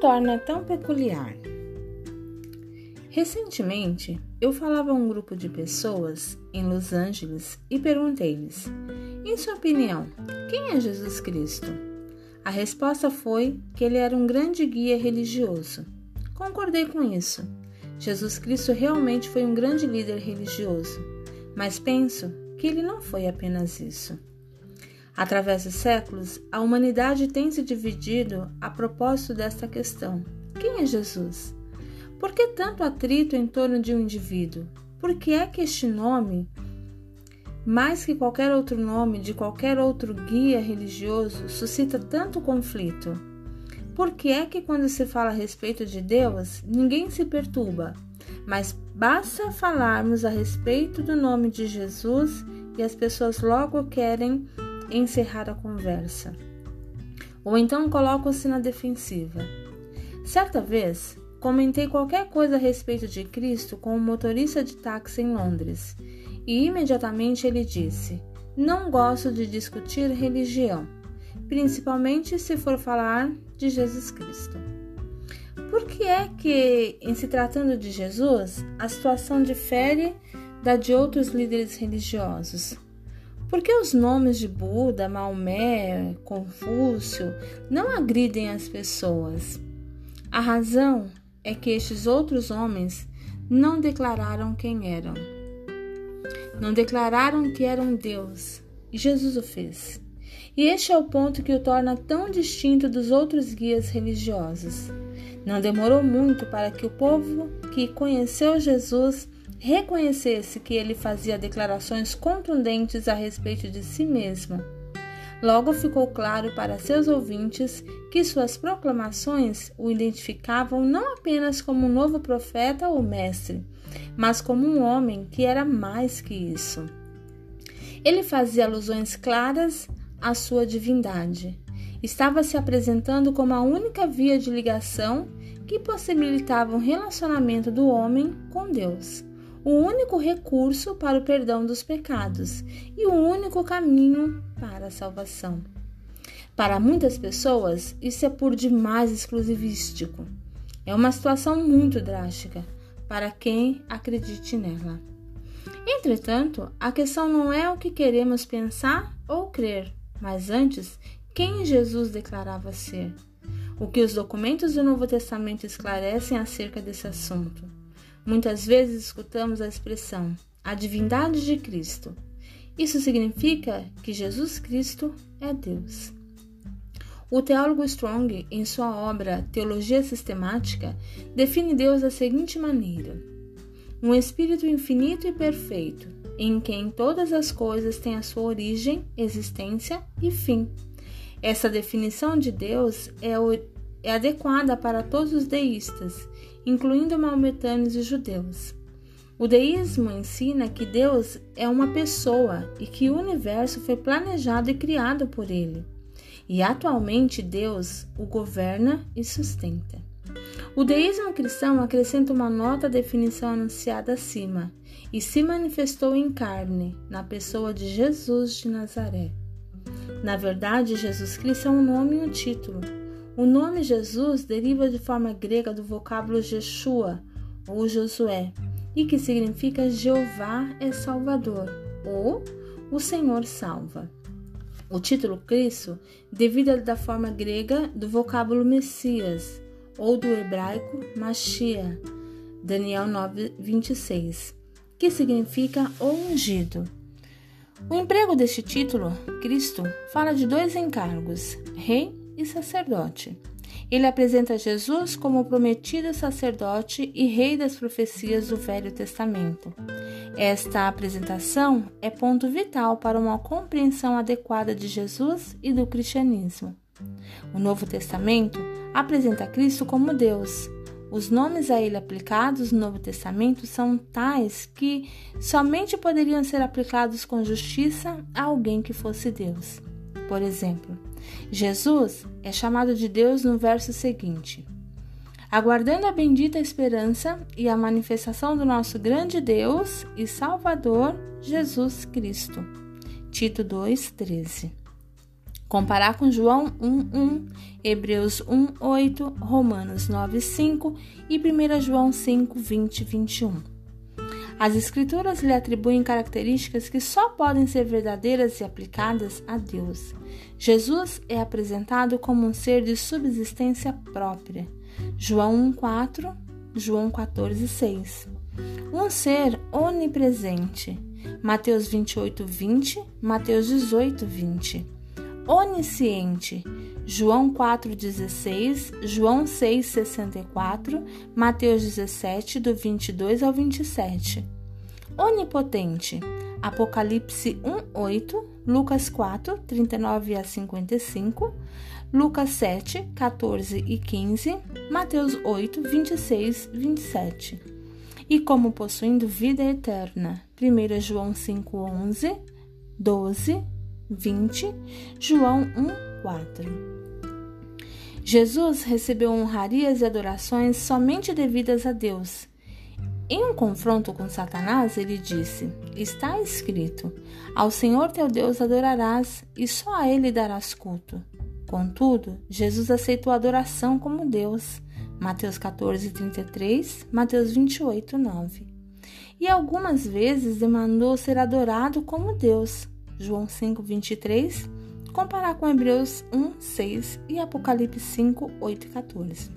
torna tão peculiar? Recentemente, eu falava a um grupo de pessoas em Los Angeles e perguntei-lhes: em sua opinião, quem é Jesus Cristo? A resposta foi que ele era um grande guia religioso. Concordei com isso. Jesus Cristo realmente foi um grande líder religioso, mas penso que ele não foi apenas isso. Através dos séculos, a humanidade tem se dividido a propósito desta questão. Quem é Jesus? Por que tanto atrito em torno de um indivíduo? Por que é que este nome, mais que qualquer outro nome de qualquer outro guia religioso, suscita tanto conflito? Por que é que quando se fala a respeito de Deus, ninguém se perturba, mas basta falarmos a respeito do nome de Jesus e as pessoas logo querem encerrar a conversa? Ou então colocam-se na defensiva. Certa vez, comentei qualquer coisa a respeito de Cristo com um motorista de táxi em Londres, e imediatamente ele disse: não gosto de discutir religião, principalmente se for falar de Jesus Cristo. Por que é que, em se tratando de Jesus, a situação difere da de outros líderes religiosos? Por que os nomes de Buda, Maomé, Confúcio não agridem as pessoas? A razão é que estes outros homens não declararam quem eram. Não declararam que eram Deus, e Jesus o fez. E este é o ponto que o torna tão distinto dos outros guias religiosos. Não demorou muito para que o povo que conheceu Jesus reconhecesse que ele fazia declarações contundentes a respeito de si mesmo. Logo ficou claro para seus ouvintes que suas proclamações o identificavam não apenas como um novo profeta ou mestre, mas como um homem que era mais que isso. Ele fazia alusões claras à sua divindade. Estava se apresentando como a única via de ligação que possibilitava um relacionamento do homem com Deus, o único recurso para o perdão dos pecados e o único caminho para a salvação. Para muitas pessoas, isso é por demais exclusivístico. É uma situação muito drástica para quem acredite nela. Entretanto, a questão não é o que queremos pensar ou crer, mas antes, quem Jesus declarava ser. O que os documentos do Novo Testamento esclarecem acerca desse assunto. Muitas vezes escutamos a expressão, a divindade de Cristo. Isso significa que Jesus Cristo é Deus. O teólogo Strong, em sua obra Teologia Sistemática, define Deus da seguinte maneira: um espírito infinito e perfeito, em quem todas as coisas têm a sua origem, existência e fim. Essa definição de Deus é adequada para todos os deístas, incluindo maometanos e judeus. O deísmo ensina que Deus é uma pessoa e que o universo foi planejado e criado por ele. E atualmente Deus o governa e sustenta. O deísmo cristão acrescenta uma nota à definição anunciada acima e se manifestou em carne, na pessoa de Jesus de Nazaré. Na verdade, Jesus Cristo é um nome e um título. O nome Jesus deriva de forma grega do vocábulo Jeshua ou Josué, e que significa Jeová é Salvador ou o Senhor salva. O título Cristo deriva da forma grega do vocábulo Messias ou do hebraico Mashiach, Daniel 9:26, que significa o ungido. O emprego deste título, Cristo, fala de dois encargos, rei e sacerdote. Ele apresenta Jesus como o prometido sacerdote e rei das profecias do Velho Testamento. Esta apresentação é ponto vital para uma compreensão adequada de Jesus e do cristianismo. O Novo Testamento apresenta Cristo como Deus. Os nomes a ele aplicados no Novo Testamento são tais que somente poderiam ser aplicados com justiça a alguém que fosse Deus. Por exemplo, Jesus é chamado de Deus no verso seguinte: aguardando a bendita esperança e a manifestação do nosso grande Deus e Salvador, Jesus Cristo. Tito 2:13. Comparar com João 1:1, Hebreus 1:8, Romanos 9:5 e 1 João 5:20 e 21. As Escrituras lhe atribuem características que só podem ser verdadeiras e aplicadas a Deus. Jesus é apresentado como um ser de subsistência própria. João 1:4, João 14:6. Um ser onipresente. Mateus 28:20, Mateus 18:20. Onisciente. João 4:16, João 6:64, Mateus 17, do 22 ao 27. Onipotente. Apocalipse 1:8, Lucas 4, 39 a 55, Lucas 7, 14 e 15, Mateus 8, 26 e 27. E como possuindo vida eterna. 1 João 5:11, 12, 20, João 1:4. Jesus recebeu honrarias e adorações somente devidas a Deus. Em um confronto com Satanás, ele disse: está escrito, ao Senhor teu Deus adorarás e só a ele darás culto. Contudo, Jesus aceitou a adoração como Deus. Mateus 14:33, Mateus 28:9. E algumas vezes demandou ser adorado como Deus. João 5:23, comparar com Hebreus 1:6 e Apocalipse 5:8 e 14.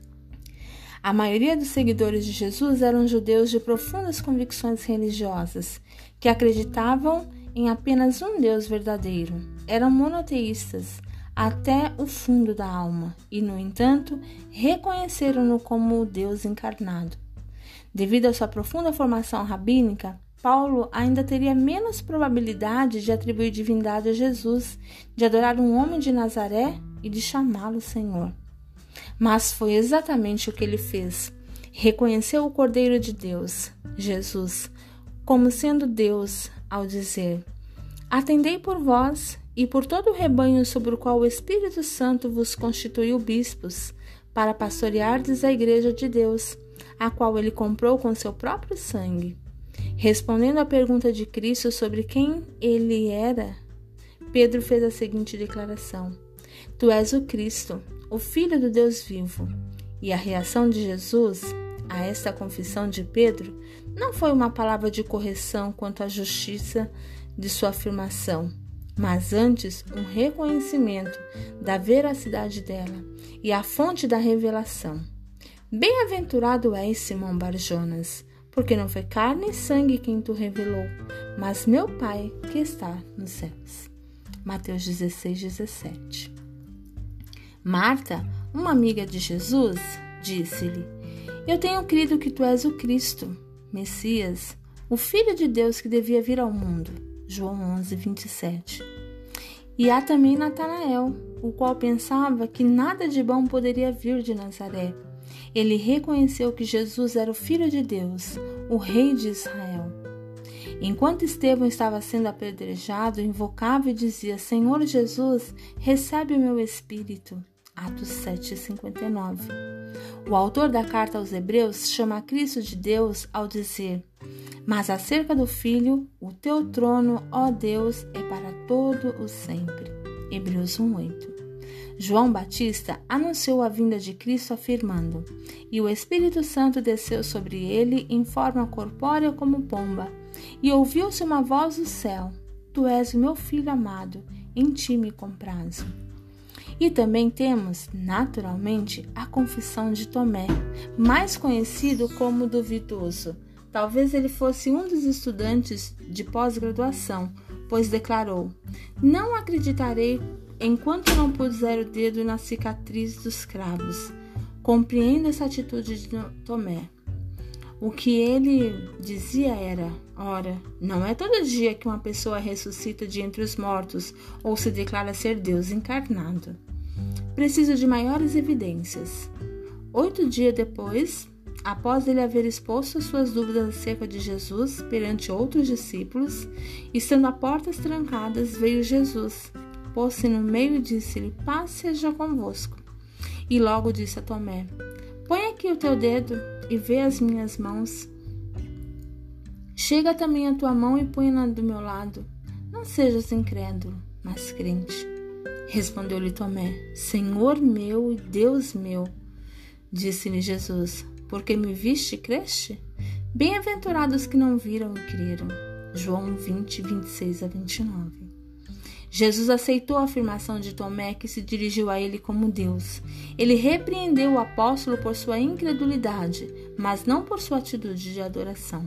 A maioria dos seguidores de Jesus eram judeus de profundas convicções religiosas, que acreditavam em apenas um Deus verdadeiro. Eram monoteístas até o fundo da alma e, no entanto, reconheceram-no como o Deus encarnado. Devido à sua profunda formação rabínica, Paulo ainda teria menos probabilidade de atribuir divindade a Jesus, de adorar um homem de Nazaré e de chamá-lo Senhor. Mas foi exatamente o que ele fez. Reconheceu o Cordeiro de Deus, Jesus, como sendo Deus, ao dizer: atendei por vós e por todo o rebanho sobre o qual o Espírito Santo vos constituiu bispos, para pastoreardes a igreja de Deus, a qual ele comprou com seu próprio sangue. Respondendo à pergunta de Cristo sobre quem ele era, Pedro fez a seguinte declaração: tu és o Cristo, o Filho do Deus vivo. E a reação de Jesus a esta confissão de Pedro não foi uma palavra de correção quanto à justiça de sua afirmação, mas antes um reconhecimento da veracidade dela e a fonte da revelação. Bem-aventurado és, Simão Barjonas, porque não foi carne e sangue quem tu revelou, mas meu Pai que está nos céus. Mateus 16:17. Marta, uma amiga de Jesus, disse-lhe: eu tenho crido que tu és o Cristo, Messias, o Filho de Deus que devia vir ao mundo. João 11:27. E há também Natanael, o qual pensava que nada de bom poderia vir de Nazaré. Ele reconheceu que Jesus era o Filho de Deus, o Rei de Israel. Enquanto Estevão estava sendo apedrejado, invocava e dizia: Senhor Jesus, recebe o meu espírito. Atos 7:59. O autor da carta aos Hebreus chama Cristo de Deus ao dizer: mas acerca do Filho, o teu trono, ó Deus, é para todo o sempre. Hebreus 1:8. João Batista anunciou a vinda de Cristo afirmando: e o Espírito Santo desceu sobre ele em forma corpórea como pomba, e ouviu-se uma voz do céu: tu és o meu filho amado, em ti me comprazo. E também temos, naturalmente, a confissão de Tomé, mais conhecido como duvidoso. Talvez ele fosse um dos estudantes de pós-graduação, pois declarou: não acreditarei enquanto não puser o dedo na cicatriz dos cravos. Compreendo essa atitude de Tomé. O que ele dizia era: ora, não é todo dia que uma pessoa ressuscita de entre os mortos ou se declara ser Deus encarnado. Preciso de maiores evidências. 8 dias depois, após ele haver exposto suas dúvidas acerca de Jesus perante outros discípulos, estando a portas trancadas, veio Jesus, pôs-se no meio e disse-lhe: paz seja convosco. E logo disse a Tomé: põe aqui o teu dedo e vê as minhas mãos. Chega também a tua mão e põe-na do meu lado. Não sejas incrédulo, mas crente. Respondeu-lhe Tomé: Senhor meu e Deus meu. Disse-lhe Jesus: Porque me viste e creste? Bem-aventurados que não viram e creram. João 20, 26 a 29. Jesus aceitou a afirmação de Tomé, que se dirigiu a ele como Deus. Ele repreendeu o apóstolo por sua incredulidade, mas não por sua atitude de adoração.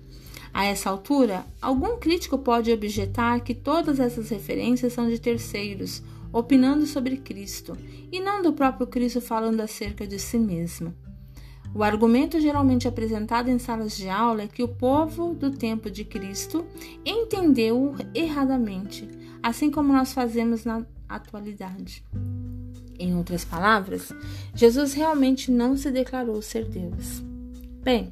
A essa altura, algum crítico pode objetar que todas essas referências são de terceiros, opinando sobre Cristo, e não do próprio Cristo falando acerca de si mesmo. O argumento geralmente apresentado em salas de aula é que o povo do tempo de Cristo entendeu erradamente, assim como nós fazemos na atualidade. Em outras palavras, Jesus realmente não se declarou ser Deus. Bem,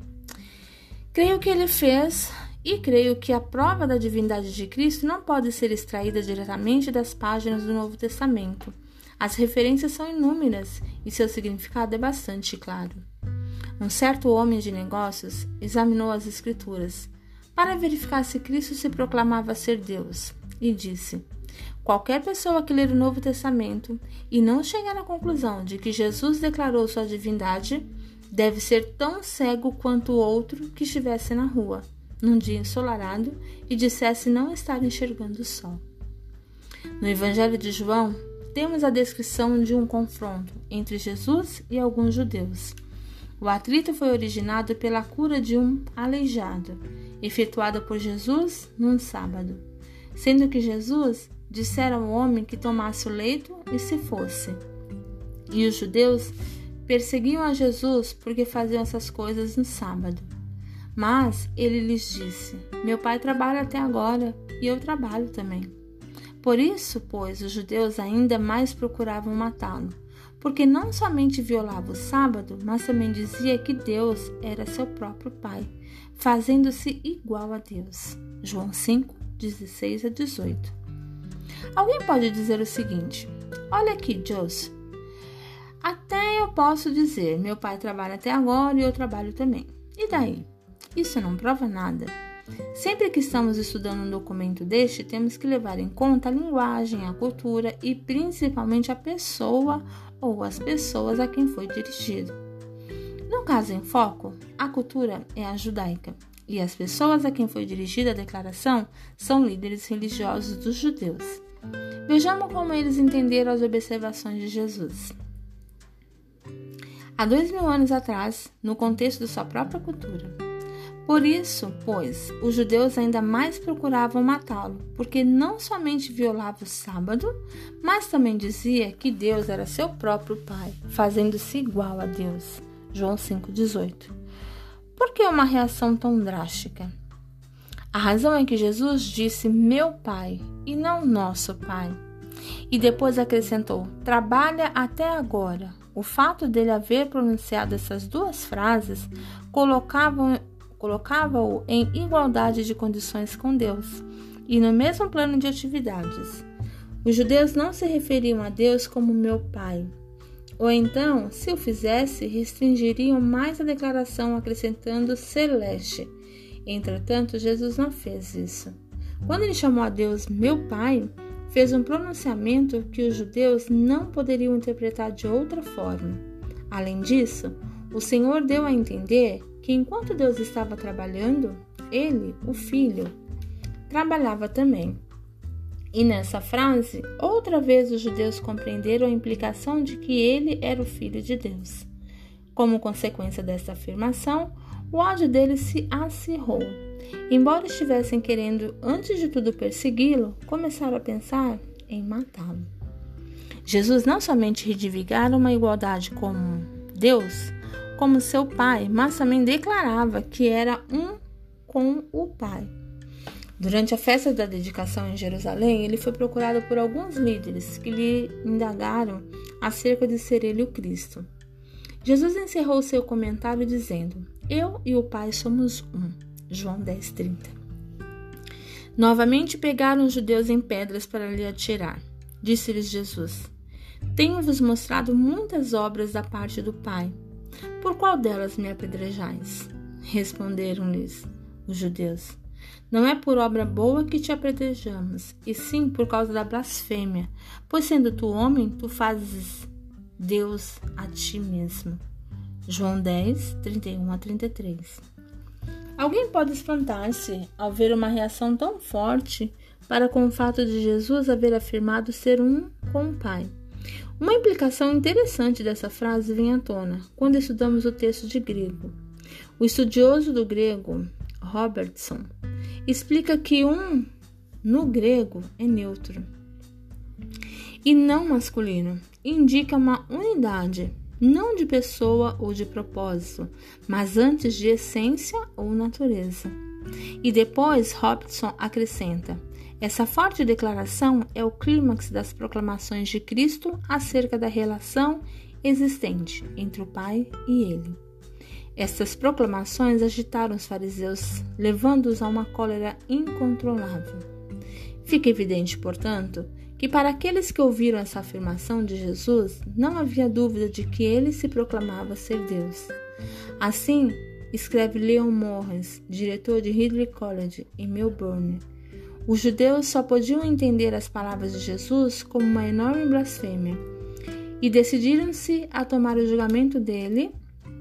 creio que ele fez e creio que a prova da divindade de Cristo não pode ser extraída diretamente das páginas do Novo Testamento. As referências são inúmeras e seu significado é bastante claro. Um certo homem de negócios examinou as Escrituras para verificar se Cristo se proclamava ser Deus e disse: qualquer pessoa que ler o Novo Testamento e não chegar à conclusão de que Jesus declarou sua divindade deve ser tão cego quanto o outro que estivesse na rua, num dia ensolarado, e dissesse não estar enxergando o sol. No Evangelho de João, temos a descrição de um confronto entre Jesus e alguns judeus. O atrito foi originado pela cura de um aleijado, efetuada por Jesus num sábado, sendo que Jesus dissera ao homem que tomasse o leito e se fosse. E os judeus perseguiam a Jesus porque faziam essas coisas no sábado. Mas ele lhes disse: meu pai trabalha até agora e eu trabalho também. Por isso, pois, os judeus ainda mais procuravam matá-lo, porque não somente violava o sábado, mas também dizia que Deus era seu próprio pai, fazendo-se igual a Deus. João 5, 16 a 18. Alguém pode dizer o seguinte: olha aqui, Joss, até eu posso dizer, meu pai trabalha até agora e eu trabalho também. E daí? Isso não prova nada. Sempre que estamos estudando um documento deste, temos que levar em conta a linguagem, a cultura e principalmente a pessoa ou as pessoas a quem foi dirigido. No caso em foco, a cultura é a judaica e as pessoas a quem foi dirigida a declaração são líderes religiosos dos judeus. Vejamos como eles entenderam as observações de Jesus. Há 2000 anos atrás, no contexto de sua própria cultura. Por isso, pois, os judeus ainda mais procuravam matá-lo, porque não somente violava o sábado, mas também dizia que Deus era seu próprio pai, fazendo-se igual a Deus. João 5,18. Por que uma reação tão drástica? A razão é que Jesus disse meu pai e não nosso pai. E depois acrescentou, trabalha até agora. O fato dele haver pronunciado essas duas frases colocava-o em igualdade de condições com Deus e no mesmo plano de atividades. Os judeus não se referiam a Deus como meu pai, ou então, se o fizesse, restringiriam mais a declaração acrescentando celeste. Entretanto, Jesus não fez isso. Quando ele chamou a Deus meu pai, fez um pronunciamento que os judeus não poderiam interpretar de outra forma. Além disso, o Senhor deu a entender que enquanto Deus estava trabalhando, ele, o Filho, trabalhava também. E nessa frase, outra vez os judeus compreenderam a implicação de que ele era o Filho de Deus. Como consequência dessa afirmação, o ódio deles se acirrou. Embora estivessem querendo, antes de tudo, persegui-lo, começaram a pensar em matá-lo. Jesus não somente reivindicara uma igualdade com Deus, como seu Pai, mas também declarava que era um com o Pai. Durante a festa da dedicação em Jerusalém, ele foi procurado por alguns líderes que lhe indagaram acerca de ser ele o Cristo. Jesus encerrou seu comentário dizendo: eu e o Pai somos um. João 10:30. Novamente pegaram os judeus em pedras para lhe atirar. Disse-lhes Jesus: tenho-vos mostrado muitas obras da parte do Pai. Por qual delas me apedrejais? Responderam-lhes os judeus: Não é por obra boa que te apedrejamos, e sim por causa da blasfêmia, pois sendo tu homem, tu fazes Deus a ti mesmo. João 10, 31 a 33. Alguém pode espantar-se ao ver uma reação tão forte para com o fato de Jesus haver afirmado ser um com o Pai. Uma implicação interessante dessa frase vem à tona quando estudamos o texto de grego. O estudioso do grego, Robertson, explica que no grego é neutro e não masculino, indica uma unidade, não de pessoa ou de propósito, mas antes de essência ou natureza. E depois Robertson acrescenta: essa forte declaração é o clímax das proclamações de Cristo acerca da relação existente entre o Pai e Ele. Estas proclamações agitaram os fariseus, levando-os a uma cólera incontrolável. Fica evidente, portanto, que para aqueles que ouviram essa afirmação de Jesus, não havia dúvida de que ele se proclamava ser Deus. Assim, escreve Leon Morris, diretor de Ridley College, em Melbourne, os judeus só podiam entender as palavras de Jesus como uma enorme blasfêmia e decidiram-se a tomar o julgamento dele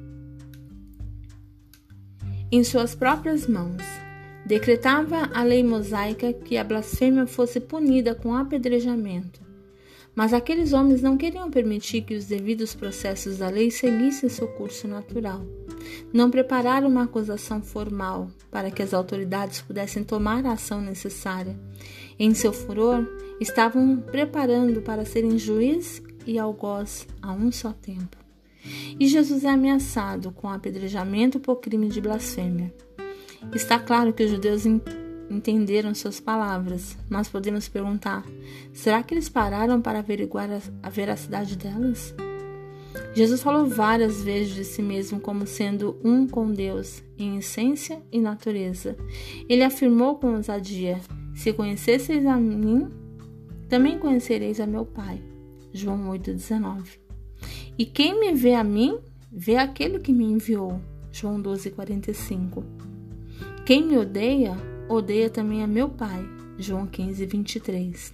em suas próprias mãos. Decretava a lei mosaica que a blasfêmia fosse punida com apedrejamento. Mas aqueles homens não queriam permitir que os devidos processos da lei seguissem seu curso natural. Não prepararam uma acusação formal para que as autoridades pudessem tomar a ação necessária. Em seu furor, estavam preparando para serem juiz e algoz a um só tempo. E Jesus é ameaçado com apedrejamento por crime de blasfêmia. Está claro que os judeus entenderam suas palavras, mas podemos perguntar: será que eles pararam para averiguar a veracidade delas? Jesus falou várias vezes de si mesmo como sendo um com Deus, em essência e natureza. Ele afirmou com ousadia: se conhecesseis a mim, também conhecereis a meu Pai. João 8,19. E quem me vê a mim, vê aquele que me enviou. João 12,45. Quem me odeia, odeia também a meu Pai. João 15,23.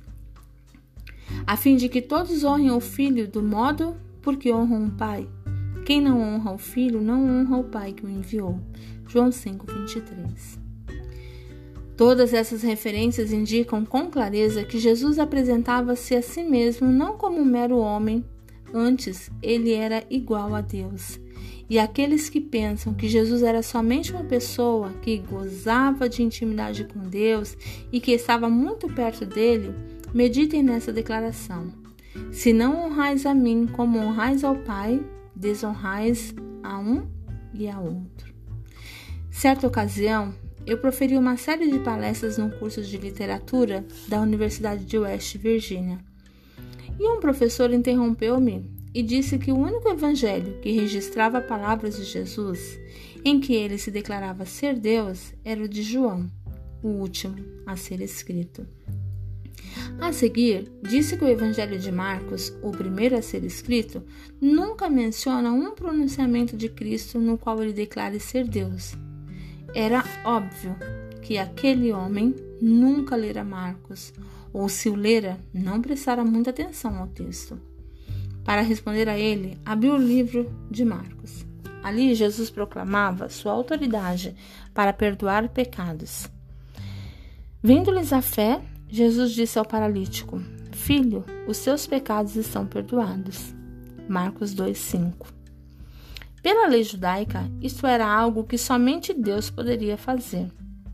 A fim de que todos honrem o Filho do modo porque honram o Pai. Quem não honra o Filho, não honra o Pai que o enviou. João 5,23. Todas essas referências indicam com clareza que Jesus apresentava-se a si mesmo não como um mero homem, antes ele era igual a Deus. E aqueles que pensam que Jesus era somente uma pessoa que gozava de intimidade com Deus e que estava muito perto dele, meditem nessa declaração: se não honrais a mim como honrais ao Pai, desonrais a um e a outro. Certa ocasião, eu proferi uma série de palestras no curso de literatura da Universidade de West Virginia. E um professor interrompeu-me e disse que o único evangelho que registrava palavras de Jesus, em que ele se declarava ser Deus, era o de João, o último a ser escrito. A seguir, disse que o evangelho de Marcos, o primeiro a ser escrito, nunca menciona um pronunciamento de Cristo no qual ele declare ser Deus. Era óbvio que aquele homem nunca lera Marcos, ou se o lera, não prestara muita atenção ao texto. Para responder a ele, abriu o livro de Marcos. Ali Jesus proclamava sua autoridade para perdoar pecados. Vendo-lhes a fé, Jesus disse ao paralítico: Filho, os seus pecados estão perdoados. Marcos 2,5. Pela lei judaica, isto era algo que somente Deus poderia fazer.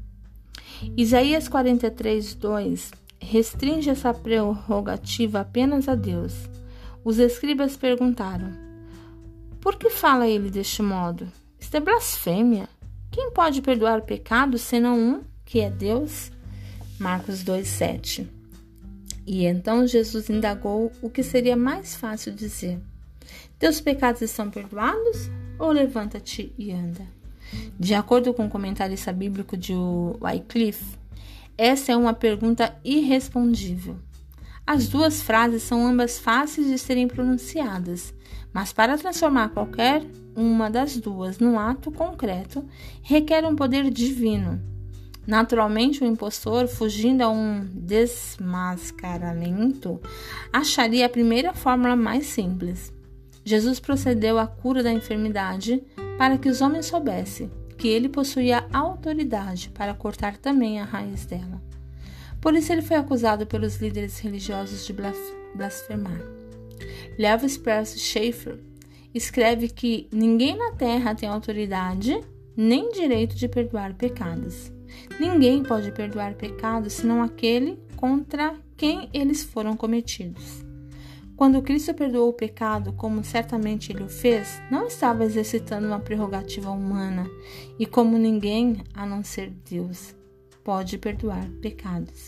Isaías 43:2 restringe essa prerrogativa apenas a Deus. Os escribas perguntaram: por que fala ele deste modo? Isto é blasfêmia. Quem pode perdoar pecados senão um, que é Deus? Marcos 2,7. E então Jesus indagou o que seria mais fácil dizer: teus pecados estão perdoados? Ou levanta-te e anda? De acordo com o comentarista bíblico de Wycliffe, essa é uma pergunta irrespondível. As duas frases são ambas fáceis de serem pronunciadas, mas para transformar qualquer uma das duas num ato concreto, requer um poder divino. Naturalmente, o impostor, fugindo a um desmascaramento, acharia a primeira fórmula mais simples. Jesus procedeu à cura da enfermidade para que os homens soubessem que ele possuía autoridade para cortar também a raiz dela. Por isso ele foi acusado pelos líderes religiosos de blasfemar. Lewis Percy Schaeffer escreve que ninguém na terra tem autoridade nem direito de perdoar pecados. Ninguém pode perdoar pecados senão aquele contra quem eles foram cometidos. Quando Cristo perdoou o pecado, como certamente ele o fez, não estava exercitando uma prerrogativa humana e como ninguém, a não ser Deus, pode perdoar pecados.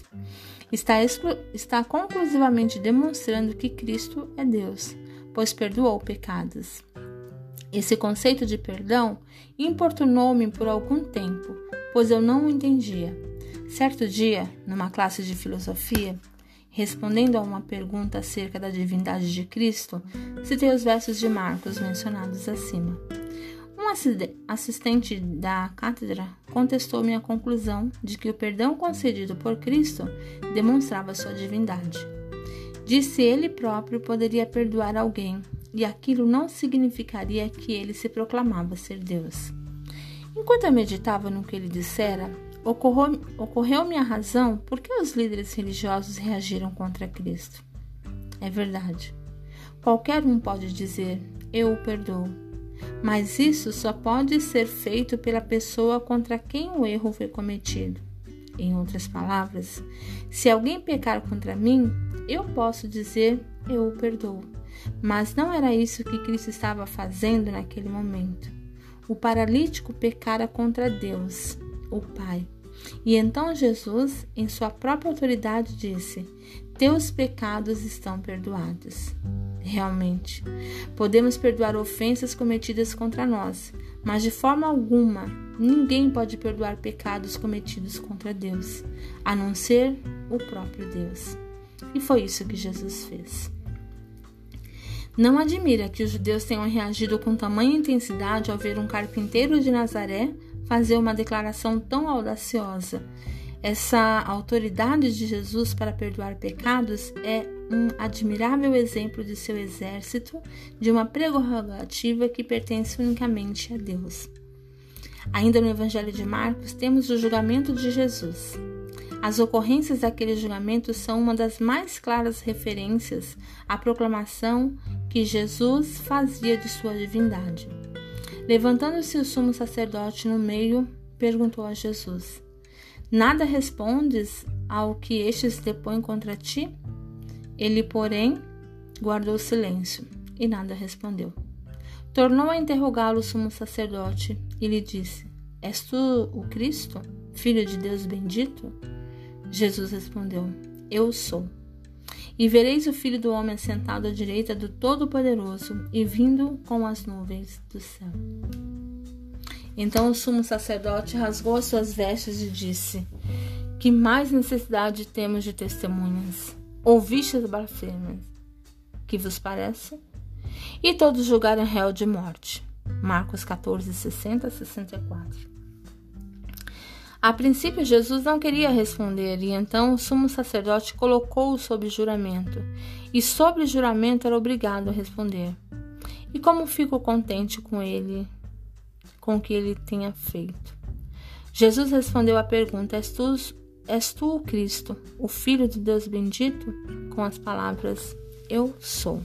Está conclusivamente demonstrando que Cristo é Deus, pois perdoou pecados. Esse conceito de perdão importunou-me por algum tempo, pois eu não o entendia. Certo dia, numa classe de filosofia, respondendo a uma pergunta acerca da divindade de Cristo, citei os versos de Marcos mencionados acima. Um assistente da cátedra contestou-me a conclusão de que o perdão concedido por Cristo demonstrava sua divindade. Disse ele próprio poderia perdoar alguém, e aquilo não significaria que ele se proclamava ser Deus. Enquanto eu meditava no que ele dissera, ocorreu-me a razão por que os líderes religiosos reagiram contra Cristo. É verdade. Qualquer um pode dizer, eu o perdoo. Mas isso só pode ser feito pela pessoa contra quem o erro foi cometido. Em outras palavras, se alguém pecar contra mim, eu posso dizer, eu o perdoo. Mas não era isso que Cristo estava fazendo naquele momento. O paralítico pecara contra Deus, o Pai. E então Jesus, em sua própria autoridade, disse, teus pecados estão perdoados. Realmente, podemos perdoar ofensas cometidas contra nós, mas de forma alguma, ninguém pode perdoar pecados cometidos contra Deus, a não ser o próprio Deus. E foi isso que Jesus fez. Não admira que os judeus tenham reagido com tamanha intensidade ao ver um carpinteiro de Nazaré fazer uma declaração tão audaciosa. Essa autoridade de Jesus para perdoar pecados é um admirável exemplo de seu exército, de uma prerrogativa que pertence unicamente a Deus. Ainda no Evangelho de Marcos, temos o julgamento de Jesus. As ocorrências daquele julgamento são uma das mais claras referências à proclamação que Jesus fazia de sua divindade. Levantando-se o sumo sacerdote no meio, perguntou a Jesus, nada respondes ao que estes depõem contra ti? Ele, porém, guardou silêncio e nada respondeu. Tornou a interrogá-lo o sumo sacerdote e lhe disse, és tu o Cristo, filho de Deus bendito? Jesus respondeu, eu sou. E vereis o Filho do Homem assentado à direita do Todo-Poderoso e vindo com as nuvens do céu. Então o sumo sacerdote rasgou as suas vestes e disse, que mais necessidade temos de testemunhas? Ouvistes as blasfêmias? Que vos parece? E todos julgaram réu de morte. Marcos 14, 60 a 64. A princípio, Jesus não queria responder, e então o sumo sacerdote colocou-o sob juramento, e sobre juramento era obrigado a responder. E como fico contente com o que ele tenha feito? Jesus respondeu à pergunta, és tu o Cristo, o Filho de Deus bendito? Com as palavras, eu sou.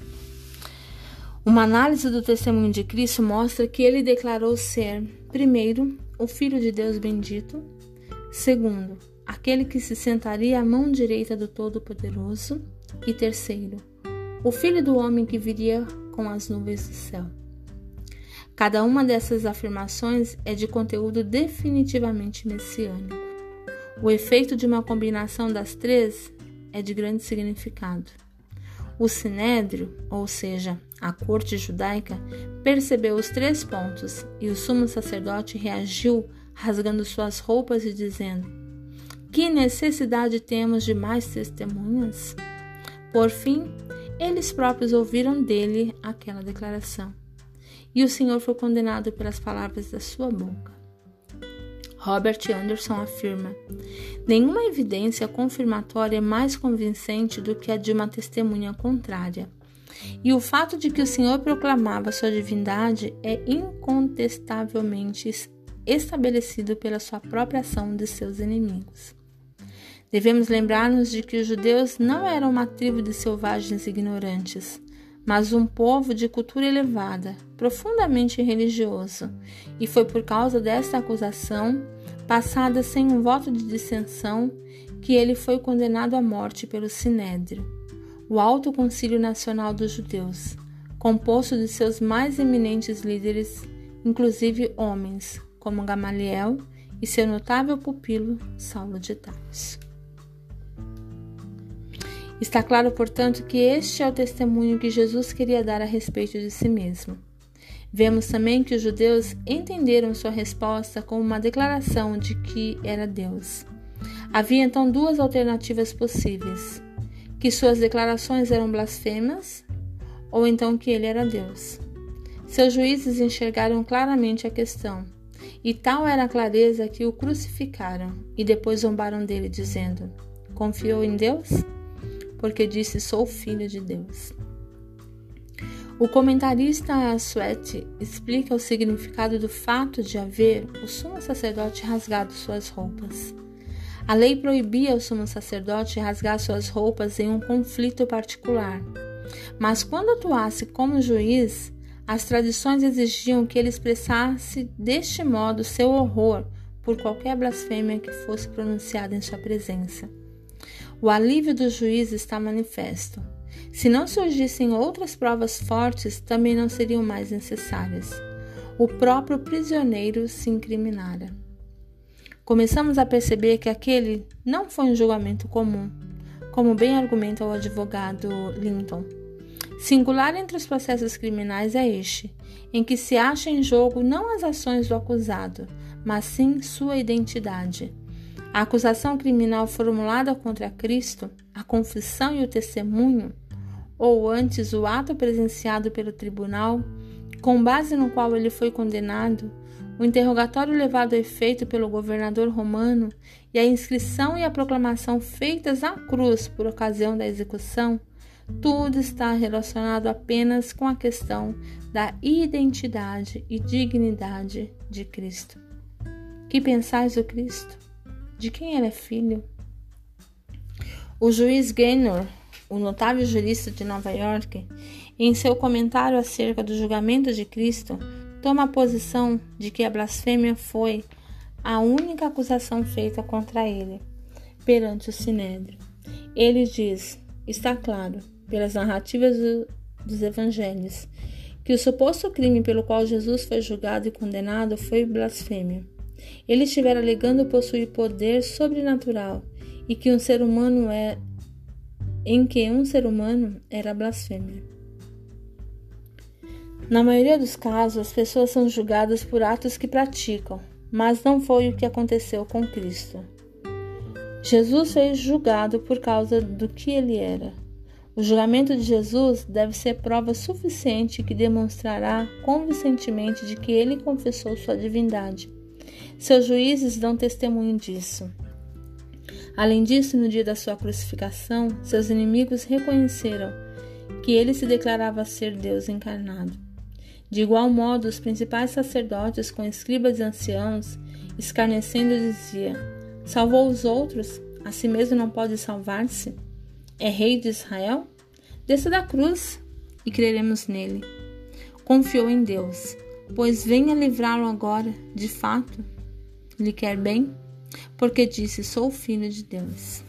Uma análise do testemunho de Cristo mostra que ele declarou ser, primeiro, o Filho de Deus bendito, segundo, aquele que se sentaria à mão direita do Todo-Poderoso, e terceiro, o Filho do Homem que viria com as nuvens do céu. Cada uma dessas afirmações é de conteúdo definitivamente messiânico. O efeito de uma combinação das três é de grande significado. O Sinédrio, ou seja, a corte judaica, percebeu os 3 pontos e o sumo sacerdote reagiu rasgando suas roupas e dizendo, que necessidade temos de mais testemunhas? Por fim, eles próprios ouviram dele aquela declaração. E o Senhor foi condenado pelas palavras da sua boca. Robert Anderson afirma: nenhuma evidência confirmatória é mais convincente do que a de uma testemunha contrária. E o fato de que o Senhor proclamava sua divindade é incontestavelmente estabelecido pela sua própria ação de seus inimigos. Devemos lembrar-nos de que os judeus não eram uma tribo de selvagens ignorantes, mas um povo de cultura elevada, profundamente religioso, e foi por causa desta acusação, passada sem um voto de dissensão, que ele foi condenado à morte pelo Sinédrio, o Alto Concílio Nacional dos Judeus, composto de seus mais eminentes líderes, inclusive homens como Gamaliel e seu notável pupilo Saulo de Tarso. Está claro, portanto, que este é o testemunho que Jesus queria dar a respeito de si mesmo. Vemos também que os judeus entenderam sua resposta como uma declaração de que era Deus. Havia então duas alternativas possíveis: que suas declarações eram blasfemas, ou então que ele era Deus. Seus juízes enxergaram claramente a questão, e tal era a clareza que o crucificaram e depois zombaram dele, dizendo: confiou em Deus? Porque disse: sou filho de Deus. O comentarista Sweat explica o significado do fato de haver o sumo sacerdote rasgado suas roupas. A lei proibia ao sumo sacerdote rasgar suas roupas em um conflito particular, mas quando atuasse como juiz, as tradições exigiam que ele expressasse deste modo seu horror por qualquer blasfêmia que fosse pronunciada em sua presença. O alívio do juiz está manifesto. Se não surgissem outras provas fortes, também não seriam mais necessárias. O próprio prisioneiro se incriminara. Começamos a perceber que aquele não foi um julgamento comum, como bem argumenta o advogado Linton. Singular entre os processos criminais é este, em que se acha em jogo não as ações do acusado, mas sim sua identidade. A acusação criminal formulada contra Cristo, a confissão e o testemunho, ou antes o ato presenciado pelo tribunal, com base no qual ele foi condenado, o interrogatório levado a efeito pelo governador romano e a inscrição e a proclamação feitas à cruz por ocasião da execução, tudo está relacionado apenas com a questão da identidade e dignidade de Cristo. Que pensais do Cristo? De quem ele é filho? O juiz Gaynor, o notável jurista de Nova York, em seu comentário acerca do julgamento de Cristo, toma a posição de que a blasfêmia foi a única acusação feita contra ele perante o Sinédrio. Ele diz: está claro, pelas narrativas dos evangelhos, que o suposto crime pelo qual Jesus foi julgado e condenado foi blasfêmia. Ele estivera alegando possuir poder sobrenatural e que um ser humano era blasfêmia. Na maioria dos casos, as pessoas são julgadas por atos que praticam, mas não foi o que aconteceu com Cristo. Jesus foi julgado por causa do que ele era. O julgamento de Jesus deve ser prova suficiente que demonstrará convincentemente de que ele confessou sua divindade. Seus juízes dão testemunho disso. Além disso, no dia da sua crucificação, seus inimigos reconheceram que ele se declarava ser Deus encarnado. De igual modo, os principais sacerdotes, com escribas e anciãos, escarnecendo, diziam: salvou os outros, a si mesmo não pode salvar-se? É rei de Israel? Desça da cruz e creremos nele. Confiou em Deus, pois venha livrá-lo agora, de fato. Lhe quer bem? Porque disse: sou filho de Deus.